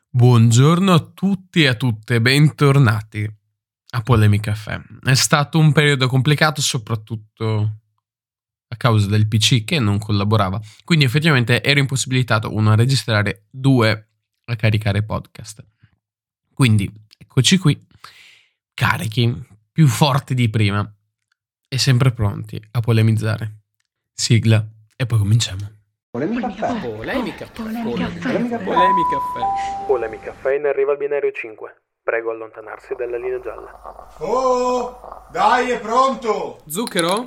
Buongiorno a tutti e a tutte, bentornati a Polemica Caffè. È stato un periodo complicato, soprattutto a causa del PC che non collaborava, quindi effettivamente ero impossibilitato, uno, a registrare, due, a caricare podcast. Quindi eccoci qui, carichi, più forti di prima e sempre pronti a polemizzare. Sigla e poi cominciamo. Polemica Caffè. Polemica Caffè. Polemica Caffè. Polemica Caffè in arrivo al binario 5. Prego allontanarsi dalla linea gialla. Oh, dai, è pronto! Zucchero?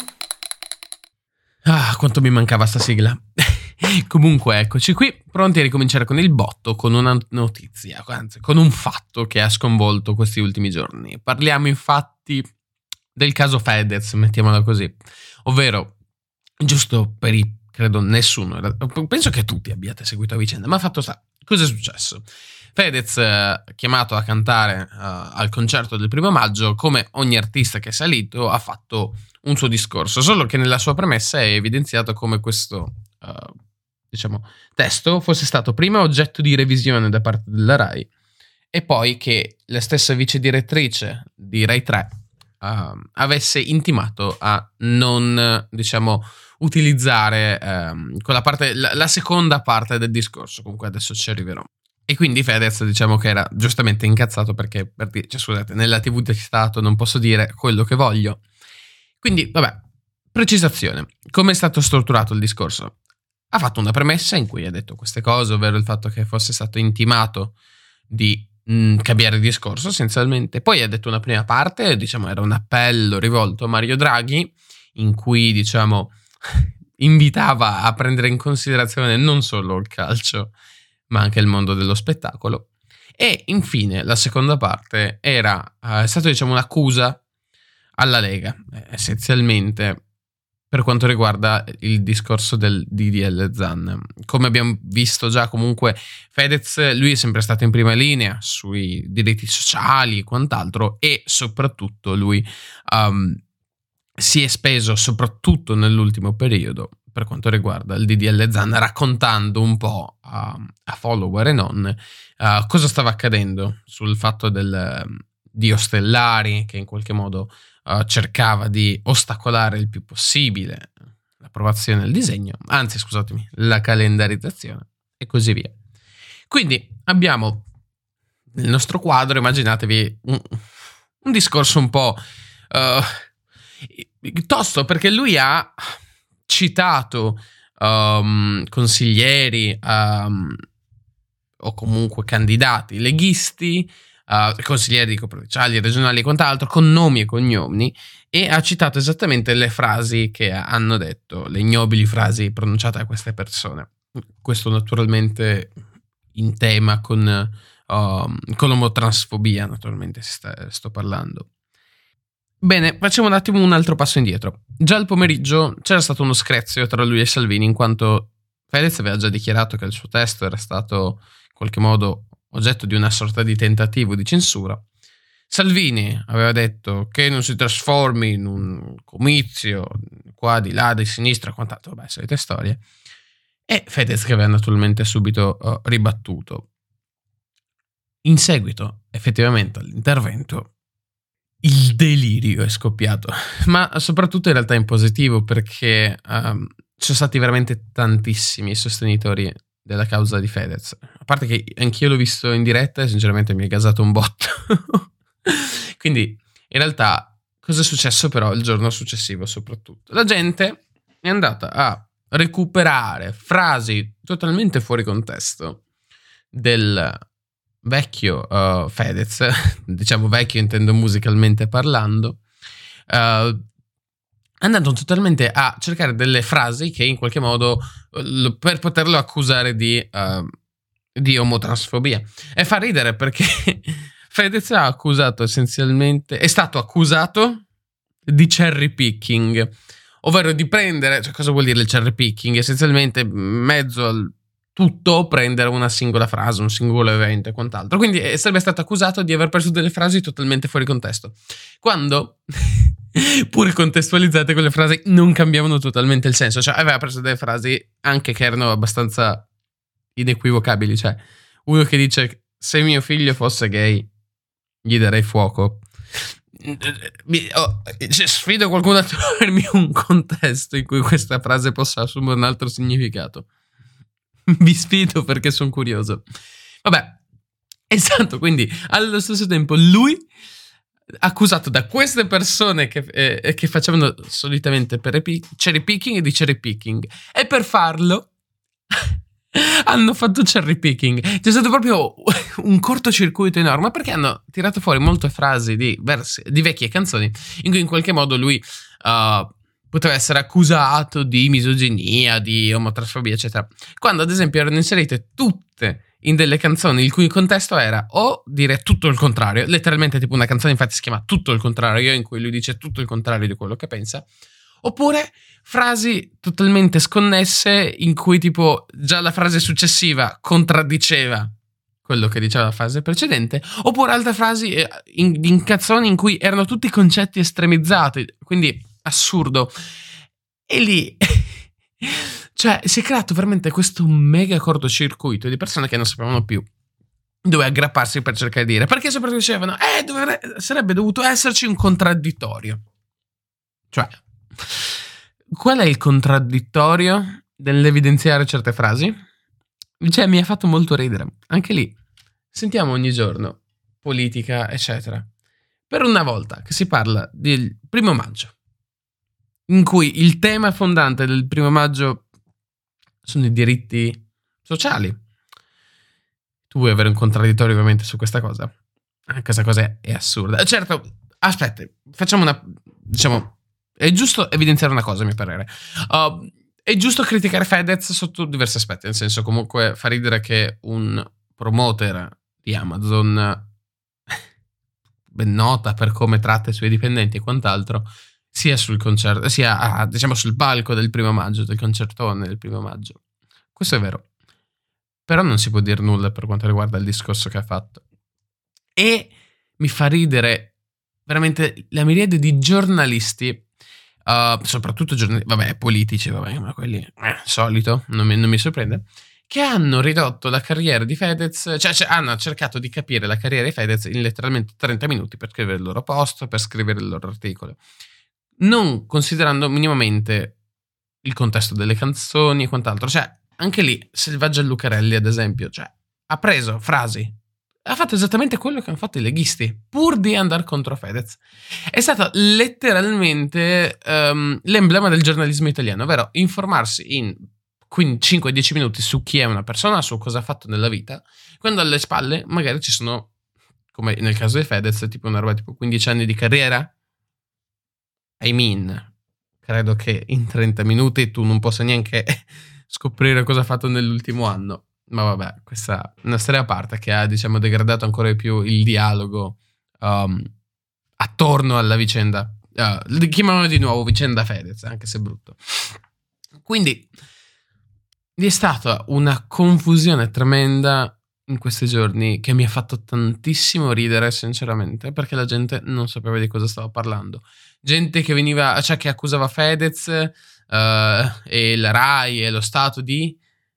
Ah, quanto mi mancava sta sigla. Comunque, eccoci qui, pronti a ricominciare con il botto, con una notizia, anzi, con un fatto che ha sconvolto questi ultimi giorni. Parliamo infatti del caso Fedez, mettiamola così. Ovvero, giusto per credo nessuno, penso che tutti abbiate seguito la vicenda, ma fatto sta, cosa è successo? Fedez, chiamato a cantare al concerto del 1 maggio, come ogni artista che è salito, ha fatto un suo discorso, solo che nella sua premessa è evidenziato come questo testo fosse stato prima oggetto di revisione da parte della RAI e poi che la stessa vice direttrice di Rai 3 avesse intimato a non, utilizzare quella parte, la seconda parte del discorso. Comunque adesso ci arriverò. E quindi Fedez, che era giustamente incazzato perché, scusate, nella TV di Stato non posso dire quello che voglio. Quindi, vabbè, precisazione. Come è stato strutturato il discorso? Ha fatto una premessa in cui ha detto queste cose, ovvero il fatto che fosse stato intimato di cambiare discorso essenzialmente. Poi ha detto una prima parte, era un appello rivolto a Mario Draghi, in cui, invitava a prendere in considerazione non solo il calcio, ma anche il mondo dello spettacolo. E infine la seconda parte era stata un'accusa alla Lega, essenzialmente per quanto riguarda il discorso del DDL Zan. Come abbiamo visto già, comunque Fedez, lui è sempre stato in prima linea sui diritti sociali e quant'altro, e soprattutto lui si è speso soprattutto nell'ultimo periodo per quanto riguarda il DDL Zan, raccontando un po' a follower e non cosa stava accadendo sul fatto di Ostellari, che in qualche modo cercava di ostacolare il più possibile l'approvazione del disegno, anzi scusatemi, la calendarizzazione e così via. Quindi abbiamo nel nostro quadro, immaginatevi un discorso un po' tosto, perché lui ha citato consiglieri o comunque candidati leghisti, consiglieri provinciali, regionali e quant'altro, con nomi e cognomi, e ha citato esattamente le frasi che hanno detto, le ignobili frasi pronunciate da queste persone. Questo naturalmente in tema con l'omotransfobia, naturalmente sto parlando. Bene, facciamo un attimo un altro passo indietro. Già al pomeriggio c'era stato uno screzio tra lui e Salvini, in quanto Fedez aveva già dichiarato che il suo testo era stato in qualche modo oggetto di una sorta di tentativo di censura. Salvini aveva detto che non si trasformi in un comizio qua di là, di sinistra, quant'altro, solite storie. E Fedez che aveva naturalmente subito ribattuto. In seguito, effettivamente, all'intervento, il delirio è scoppiato, ma soprattutto in realtà in positivo, perché sono stati veramente tantissimi sostenitori della causa di Fedez. A parte che anch'io l'ho visto in diretta e sinceramente mi è gasato un botto. Quindi in realtà cosa è successo però il giorno successivo soprattutto? La gente è andata a recuperare frasi totalmente fuori contesto del vecchio Fedez, vecchio intendo musicalmente parlando, andando totalmente a cercare delle frasi che in qualche modo per poterlo accusare di omotransfobia. E fa ridere perché Fedez ha accusato essenzialmente, è stato accusato di cherry picking, ovvero di prendere, cosa vuol dire il cherry picking? Essenzialmente in mezzo al tutto prendere una singola frase, un singolo evento e quant'altro. Quindi sarebbe stato accusato di aver preso delle frasi totalmente fuori contesto, quando pur contestualizzate quelle frasi non cambiavano totalmente il senso. Aveva preso delle frasi anche che erano abbastanza inequivocabili. Uno che dice se mio figlio fosse gay, gli darei fuoco. Sfido qualcuno a trovarmi un contesto in cui questa frase possa assumere un altro significato. Vi sfido perché sono curioso. Vabbè, esatto, quindi allo stesso tempo lui, accusato da queste persone che facevano solitamente cherry picking e di cherry picking, e per farlo hanno fatto cherry picking. C'è stato proprio un cortocircuito enorme, perché hanno tirato fuori molte frasi di vecchie canzoni in cui in qualche modo lui poteva essere accusato di misoginia, di omotransfobia, eccetera, quando ad esempio erano inserite tutte in delle canzoni il cui contesto era o dire tutto il contrario, letteralmente tipo una canzone infatti si chiama Tutto il contrario, in cui lui dice tutto il contrario di quello che pensa, oppure frasi totalmente sconnesse in cui tipo già la frase successiva contraddiceva quello che diceva la frase precedente, oppure altre frasi in canzoni in cui erano tutti concetti estremizzati, quindi assurdo. E lì cioè si è creato veramente questo mega cortocircuito di persone che non sapevano più dove aggrapparsi per cercare di dire, perché soprattutto dicevano sarebbe dovuto esserci un contraddittorio. Cioè, qual è il contraddittorio nell'evidenziare certe frasi? Cioè, mi ha fatto molto ridere. Anche lì, sentiamo ogni giorno politica, eccetera. Per una volta che si parla del 1° maggio, in cui il tema fondante del 1° maggio sono i diritti sociali. Tu vuoi avere un contraddittorio ovviamente su questa cosa? Questa cosa è assurda. Certo, aspetta, facciamo diciamo, è giusto evidenziare una cosa, a mio parere. È giusto criticare Fedez sotto diversi aspetti, nel senso, comunque fa ridere che un promoter di Amazon, ben nota per come tratta i suoi dipendenti e quant'altro, sia sul concerto, sia diciamo sul palco del 1° maggio, del concertone del 1° maggio. Questo è vero. Però non si può dire nulla per quanto riguarda il discorso che ha fatto. E mi fa ridere veramente la miriade di giornalisti, soprattutto politici, ma quelli solito, non mi sorprende, che hanno ridotto la carriera di Fedez, cioè hanno cercato di capire la carriera di Fedez in letteralmente 30 minuti per scrivere il loro post, per scrivere il loro articolo, non considerando minimamente il contesto delle canzoni e quant'altro. Cioè, anche lì, Selvaggia Lucarelli, ad esempio, cioè, ha preso frasi, ha fatto esattamente quello che hanno fatto i leghisti, pur di andare contro Fedez. È stato letteralmente l'emblema del giornalismo italiano, ovvero informarsi in 5-10 minuti su chi è una persona, su cosa ha fatto nella vita, quando alle spalle magari ci sono, come nel caso di Fedez, tipo una roba tipo 15 anni di carriera. Credo che in 30 minuti tu non possa neanche scoprire cosa ha fatto nell'ultimo anno. Ma vabbè, questa è una storia a parte che ha, diciamo, degradato ancora di più il dialogo attorno alla vicenda. Chiamiamolo di nuovo vicenda Fedez, anche se è brutto. Quindi è stata una confusione tremenda in questi giorni che mi ha fatto tantissimo ridere, sinceramente, perché la gente non sapeva di cosa stava parlando. Gente che veniva, cioè che accusava Fedez e la Rai e lo Stato di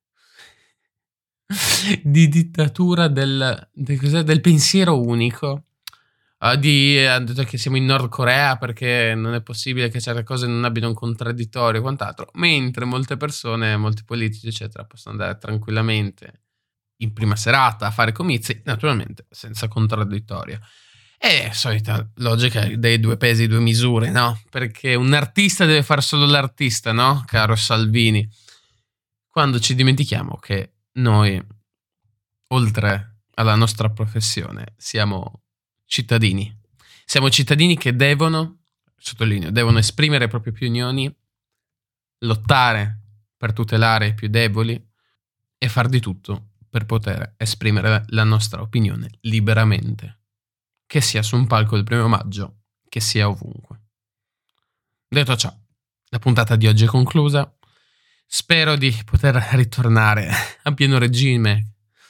dittatura del pensiero unico. Ha detto che siamo in Nord Corea perché non è possibile che certe cose non abbiano un contraddittorio e quant'altro, mentre molte persone, molti politici eccetera possono andare tranquillamente in prima serata a fare comizi, naturalmente senza contraddittorio. È solita logica dei 2 pesi 2 misure, no? Perché un artista deve fare solo l'artista, no? Caro Salvini. Quando ci dimentichiamo che noi, oltre alla nostra professione, siamo cittadini. Siamo cittadini che devono, sottolineo, devono esprimere le proprie opinioni, lottare per tutelare i più deboli e far di tutto per poter esprimere la nostra opinione liberamente, che sia su un palco del 1° maggio, che sia ovunque. Detto ciò, la puntata di oggi è conclusa. Spero di poter ritornare a pieno regime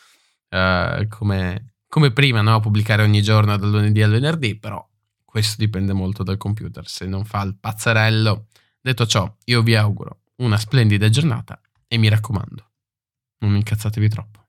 come prima, no? A pubblicare ogni giorno dal lunedì al venerdì, però questo dipende molto dal computer, se non fa il pazzerello. Detto ciò, io vi auguro una splendida giornata e mi raccomando, non incazzatevi troppo.